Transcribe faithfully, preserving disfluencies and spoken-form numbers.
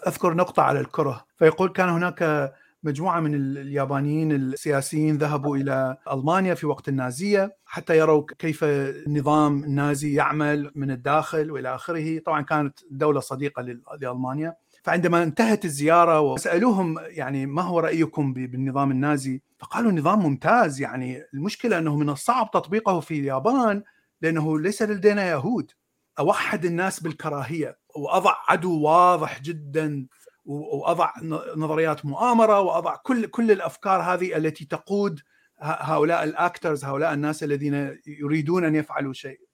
أذكر نقطة على الكره، فيقول كان هناك مجموعة من اليابانيين السياسيين ذهبوا إلى ألمانيا في وقت النازية حتى يروا كيف النظام النازي يعمل من الداخل وإلى آخره. طبعا كانت دولة صديقة لألمانيا. فعندما انتهت الزيارة وسألوهم يعني ما هو رأيكم بالنظام النازي، فقالوا نظام ممتاز، يعني المشكلة أنه من الصعب تطبيقه في اليابان لأنه ليس لدينا يهود. أوحد الناس بالكراهية وأضع عدو واضح جدا وأضع نظريات مؤامرة وأضع كل كل الأفكار هذه التي تقود هؤلاء الأكترز، هؤلاء الناس الذين يريدون أن يفعلوا شيء.